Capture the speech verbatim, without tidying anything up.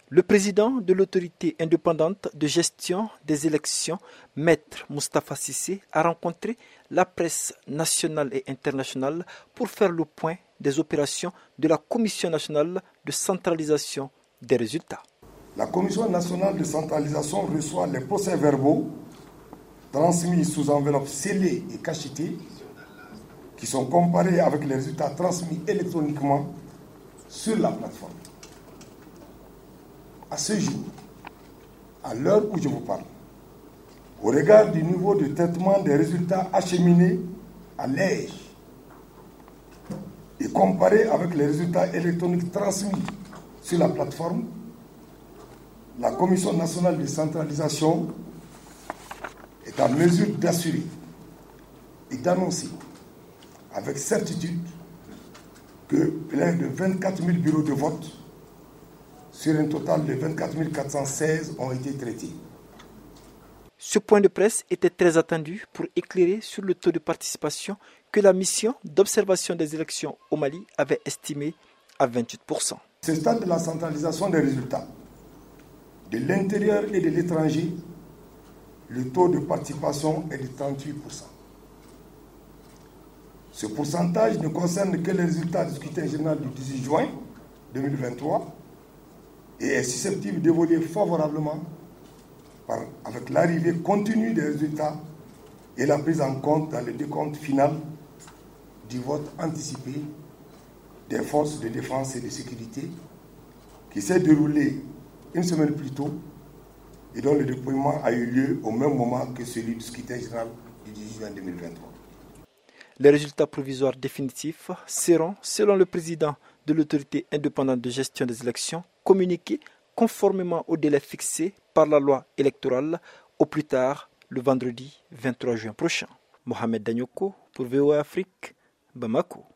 Le président de l'autorité indépendante de gestion des élections, Maître Moustapha Cissé, a rencontré la presse nationale et internationale pour faire le point des opérations de la Commission nationale de centralisation des résultats. La Commission nationale de centralisation reçoit les procès-verbaux transmis sous enveloppe scellée et cachetée qui sont comparés avec les résultats transmis électroniquement sur la plateforme. À ce jour, à l'heure où je vous parle, au regard du niveau de traitement des résultats acheminés à l'E G et comparés avec les résultats électroniques transmis sur la plateforme, la Commission nationale de centralisation est en mesure d'assurer et d'annoncer avec certitude que plein de vingt-quatre mille bureaux de vote sur un total de vingt-quatre mille quatre cent seize ont été traités. Ce point de presse était très attendu pour éclairer sur le taux de participation que la mission d'observation des élections au Mali avait estimé à vingt-huit pour cent. Ce stade de la centralisation des résultats, de l'intérieur et de l'étranger, le taux de participation est de trente-huit pour cent. Ce pourcentage ne concerne que les résultats du scrutin général du dix-huit juin deux mille vingt-trois et est susceptible d'évoluer favorablement par, avec l'arrivée continue des résultats et la prise en compte dans le décompte final du vote anticipé des forces de défense et de sécurité qui s'est déroulé une semaine plus tôt et dont le déploiement a eu lieu au même moment que celui du scrutin général du dix-huit juin deux mille vingt-trois. Les résultats provisoires définitifs seront, selon le président de l'autorité indépendante de gestion des élections, communiqués conformément au délai fixé par la loi électorale au plus tard le vendredi vingt-trois juin prochain. Mohamed Danyoko pour V O A Afrique, Bamako.